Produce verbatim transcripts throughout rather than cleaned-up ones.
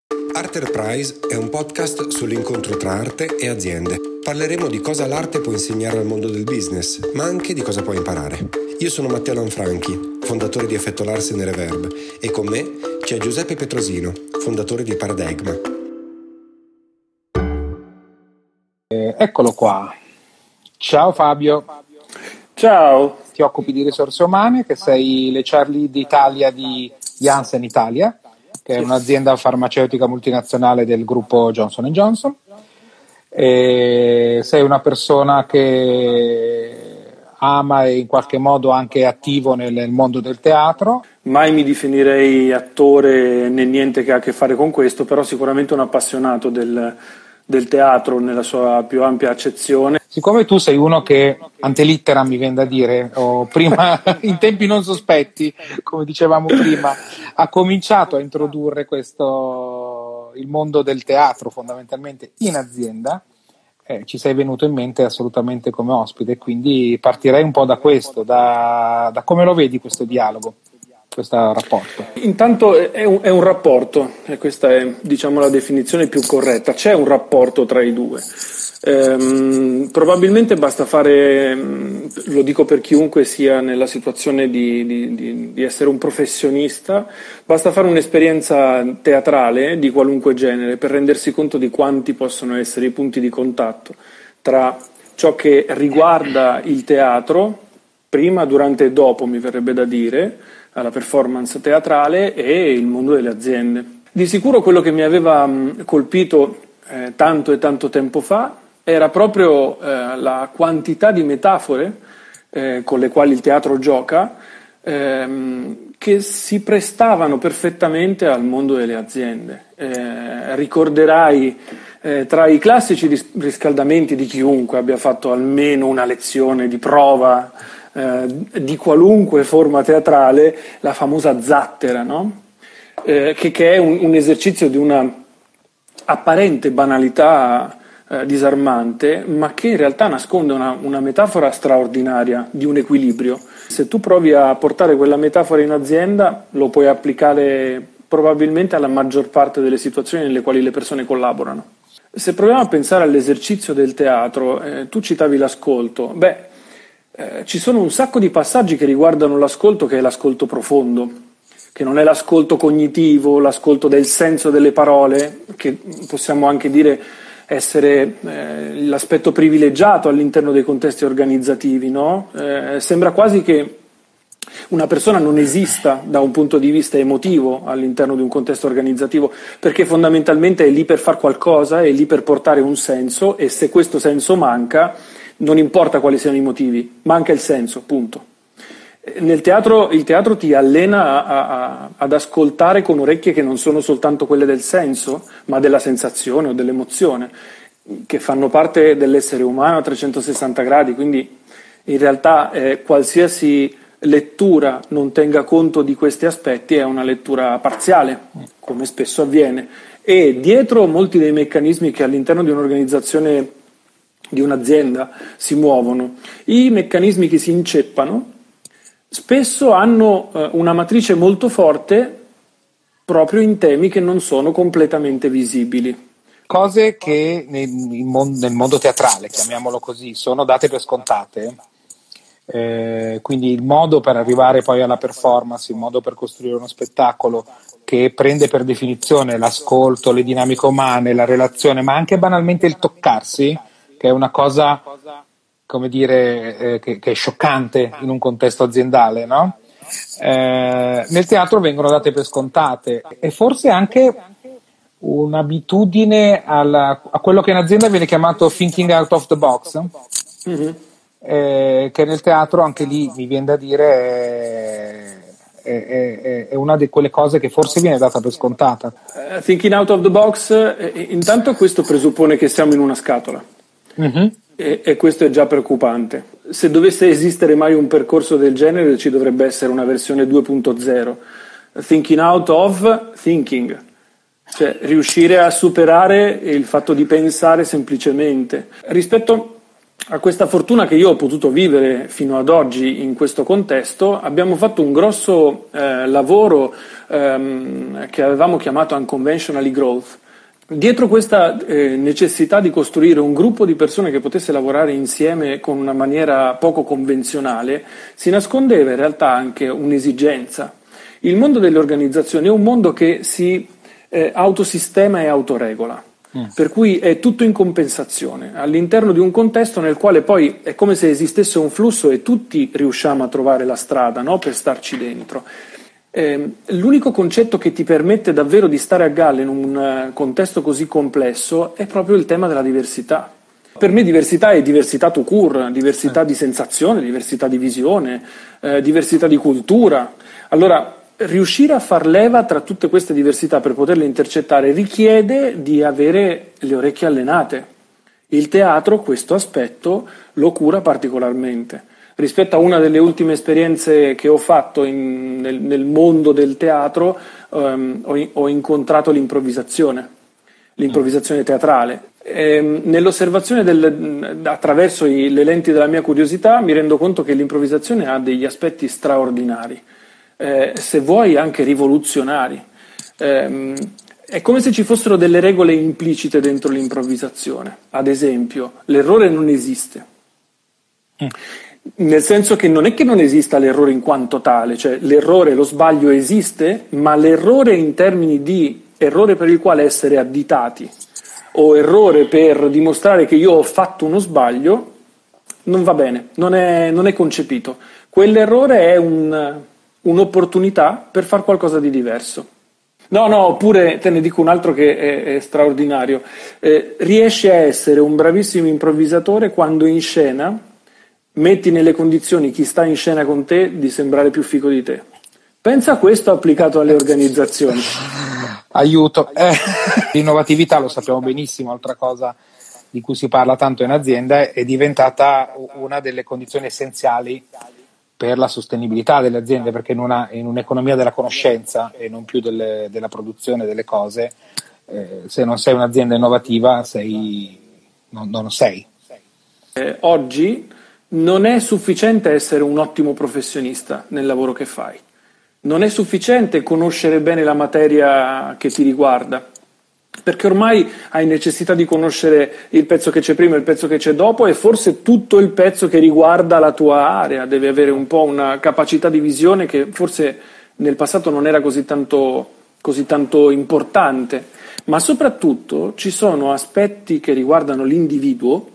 Arterprise è un podcast sull'incontro tra arte e aziende. Parleremo di cosa l'arte può insegnare al mondo del business, ma anche di cosa può imparare. Io sono Matteo Lanfranchi, fondatore di Effetto Larsen e Reverb, e con me c'è Giuseppe Petrosino, fondatore di Paradigma. Eh, eccolo qua. Ciao Fabio. Ciao. Ti occupi di risorse umane, che sei l'H R Lead Italia di Janssen Italia, che è un'azienda farmaceutica multinazionale del gruppo Johnson and Johnson. E sei una persona che ama e in qualche modo anche attivo nel, nel mondo del teatro. Mai mi definirei attore né niente che ha a che fare con questo, però sicuramente un appassionato del, del teatro nella sua più ampia accezione. Siccome tu sei uno che antelitteram, mi viene da dire, o prima in tempi non sospetti, come dicevamo prima, ha cominciato a introdurre questo il mondo del teatro fondamentalmente in azienda, eh, ci sei venuto in mente assolutamente come ospite, quindi partirei un po' da questo, da, da come lo vedi questo dialogo, questo rapporto. Intanto è un, è un rapporto, e questa è, diciamo, la definizione più corretta. C'è un rapporto tra i due. Ehm, probabilmente basta fare, lo dico per chiunque sia nella situazione di, di, di, di essere un professionista, basta fare un'esperienza teatrale di qualunque genere per rendersi conto di quanti possono essere i punti di contatto tra ciò che riguarda il teatro, prima, durante e dopo, mi verrebbe da dire, alla performance teatrale, e il mondo delle aziende. Di sicuro quello che mi aveva colpito eh, tanto e tanto tempo fa era proprio eh, la quantità di metafore eh, con le quali il teatro gioca, ehm, che si prestavano perfettamente al mondo delle aziende. Eh, ricorderai eh, tra i classici riscaldamenti di chiunque abbia fatto almeno una lezione di prova eh, di qualunque forma teatrale, la famosa zattera, no? eh, che, che è un, un esercizio di una apparente banalità Eh, disarmante, ma che in realtà nasconde una, una metafora straordinaria di un equilibrio. Se tu provi a portare quella metafora in azienda, lo puoi applicare probabilmente alla maggior parte delle situazioni nelle quali le persone collaborano. Se proviamo a pensare all'esercizio del teatro, eh, tu citavi l'ascolto, beh, eh, ci sono un sacco di passaggi che riguardano l'ascolto, che è l'ascolto profondo, che non è l'ascolto cognitivo, l'ascolto del senso delle parole, che possiamo anche dire essere eh, l'aspetto privilegiato all'interno dei contesti organizzativi, no? Eh, sembra quasi che una persona non esista da un punto di vista emotivo all'interno di un contesto organizzativo, perché fondamentalmente è lì per far qualcosa, è lì per portare un senso, e se questo senso manca, non importa quali siano i motivi, manca il senso, punto. Nel teatro, il teatro ti allena a, a, ad ascoltare con orecchie che non sono soltanto quelle del senso, ma della sensazione o dell'emozione, che fanno parte dell'essere umano a trecentosessanta gradi, quindi in realtà eh, qualsiasi lettura non tenga conto di questi aspetti è una lettura parziale, come spesso avviene, e dietro molti dei meccanismi che all'interno di un'organizzazione, di un'azienda si muovono, i meccanismi che si inceppano spesso hanno eh, una matrice molto forte proprio in temi che non sono completamente visibili. Cose che nel, nel mondo teatrale, chiamiamolo così, sono date per scontate. Eh, quindi il modo per arrivare poi alla performance, il modo per costruire uno spettacolo che prende per definizione l'ascolto, le dinamiche umane, la relazione, ma anche banalmente il toccarsi, che è una cosa, come dire, eh, che, che è scioccante in un contesto aziendale, no? Eh, nel teatro vengono date per scontate, e forse anche un'abitudine alla, a quello che in azienda viene chiamato thinking out of the box, mm-hmm. eh, che nel teatro anche lì mi viene da dire è, è, è, è una di quelle cose che forse viene data per scontata. Uh, thinking out of the box, eh, intanto questo presuppone che siamo in una scatola. Mm-hmm. E, e questo è già preoccupante. Se dovesse esistere mai un percorso del genere, ci dovrebbe essere una versione due punto zero. Thinking out of thinking, cioè riuscire a superare il fatto di pensare semplicemente. Rispetto a questa fortuna che io ho potuto vivere fino ad oggi in questo contesto, abbiamo fatto un grosso eh, lavoro ehm, che avevamo chiamato Unconventionally Growth. Dietro questa eh, necessità di costruire un gruppo di persone che potesse lavorare insieme con una maniera poco convenzionale, si nascondeva in realtà anche un'esigenza. Il mondo delle organizzazioni è un mondo che si eh, autosistema e autoregola, mm. per cui è tutto in compensazione, all'interno di un contesto nel quale poi è come se esistesse un flusso e tutti riusciamo a trovare la strada, no? Per starci dentro. Eh, l'unico concetto che ti permette davvero di stare a galla in un uh, contesto così complesso è proprio il tema della diversità. Per me diversità è diversità tout court, diversità di sensazione, diversità di visione, eh, diversità di cultura. Allora, riuscire a far leva tra tutte queste diversità per poterle intercettare richiede di avere le orecchie allenate. Il teatro questo aspetto lo cura particolarmente. Rispetto a una delle ultime esperienze che ho fatto in, nel, nel mondo del teatro, um, ho, ho incontrato l'improvvisazione, l'improvvisazione teatrale. E, nell'osservazione del, attraverso i, le lenti della mia curiosità mi rendo conto che l'improvvisazione ha degli aspetti straordinari, eh, se vuoi anche rivoluzionari. Eh, è come se ci fossero delle regole implicite dentro l'improvvisazione. Ad esempio, l'errore non esiste. Mm. Nel senso che non è che non esista l'errore in quanto tale, cioè l'errore, lo sbaglio esiste, ma l'errore in termini di errore per il quale essere additati o errore per dimostrare che io ho fatto uno sbaglio non va bene, non è, non è concepito. Quell'errore è un, un'opportunità per fare qualcosa di diverso. No, no, oppure te ne dico un altro che è, è straordinario. Eh, riesci a essere un bravissimo improvvisatore quando in scena metti nelle condizioni chi sta in scena con te di sembrare più figo di te. Pensa a questo applicato alle organizzazioni. Aiuto. Eh, l'innovatività, lo sappiamo benissimo, altra cosa di cui si parla tanto in azienda, è diventata una delle condizioni essenziali per la sostenibilità delle aziende, perché in, una, in un'economia della conoscenza e non più delle, della produzione delle cose, eh, se non sei un'azienda innovativa sei, non, non lo sei. Eh, oggi non è sufficiente essere un ottimo professionista nel lavoro che fai, non è sufficiente conoscere bene la materia che ti riguarda, perché ormai hai necessità di conoscere il pezzo che c'è prima e il pezzo che c'è dopo e forse tutto il pezzo che riguarda la tua area. Devi avere un po' una capacità di visione che forse nel passato non era così tanto, così tanto importante, ma soprattutto ci sono aspetti che riguardano l'individuo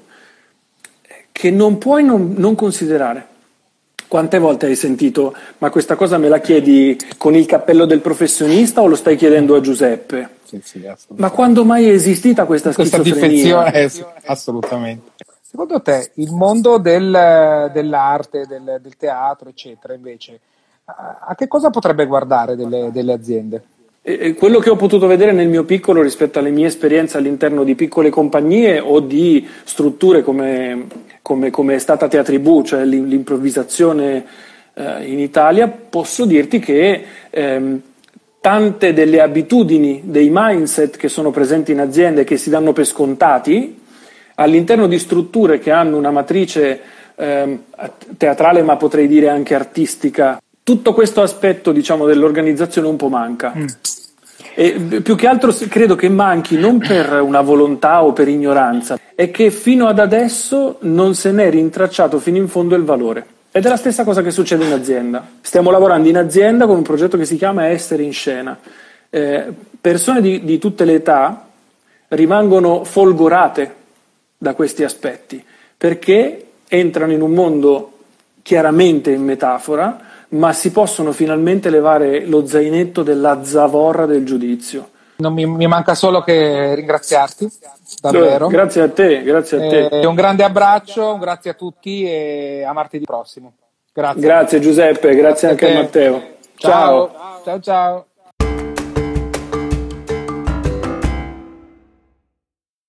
che non puoi non, non considerare. Quante volte hai sentito, ma questa cosa me la chiedi con il cappello del professionista o lo stai chiedendo a Giuseppe? Sì, sì, ma quando mai è esistita questa schizofrenia? Questa difezione, assolutamente. Secondo te il mondo del, dell'arte, del, del teatro, eccetera, invece, a, a che cosa potrebbe guardare delle, delle aziende? E quello che ho potuto vedere nel mio piccolo rispetto alle mie esperienze all'interno di piccole compagnie o di strutture come, come, come è stata Teatribù, cioè l'improvvisazione eh, in Italia, posso dirti che ehm, tante delle abitudini, dei mindset che sono presenti in aziende che si danno per scontati, all'interno di strutture che hanno una matrice ehm, teatrale, ma potrei dire anche artistica, tutto questo aspetto, diciamo, dell'organizzazione un po' manca. Mm. E più che altro credo che manchi non per una volontà o per ignoranza, è che fino ad adesso non se n'è rintracciato fino in fondo il valore. Ed è la stessa cosa che succede in azienda. Stiamo lavorando in azienda con un progetto che si chiama Essere in Scena. Eh, persone di, di tutte le età rimangono folgorate da questi aspetti, perché entrano in un mondo chiaramente in metafora, ma si possono finalmente levare lo zainetto della zavorra del giudizio. Non mi, mi manca solo che ringraziarti, davvero. Grazie a te, grazie a te. E un grande abbraccio, un grazie a tutti e a martedì prossimo. Grazie. Grazie Giuseppe, grazie, grazie anche a Matteo. Ciao. Ciao ciao. ciao.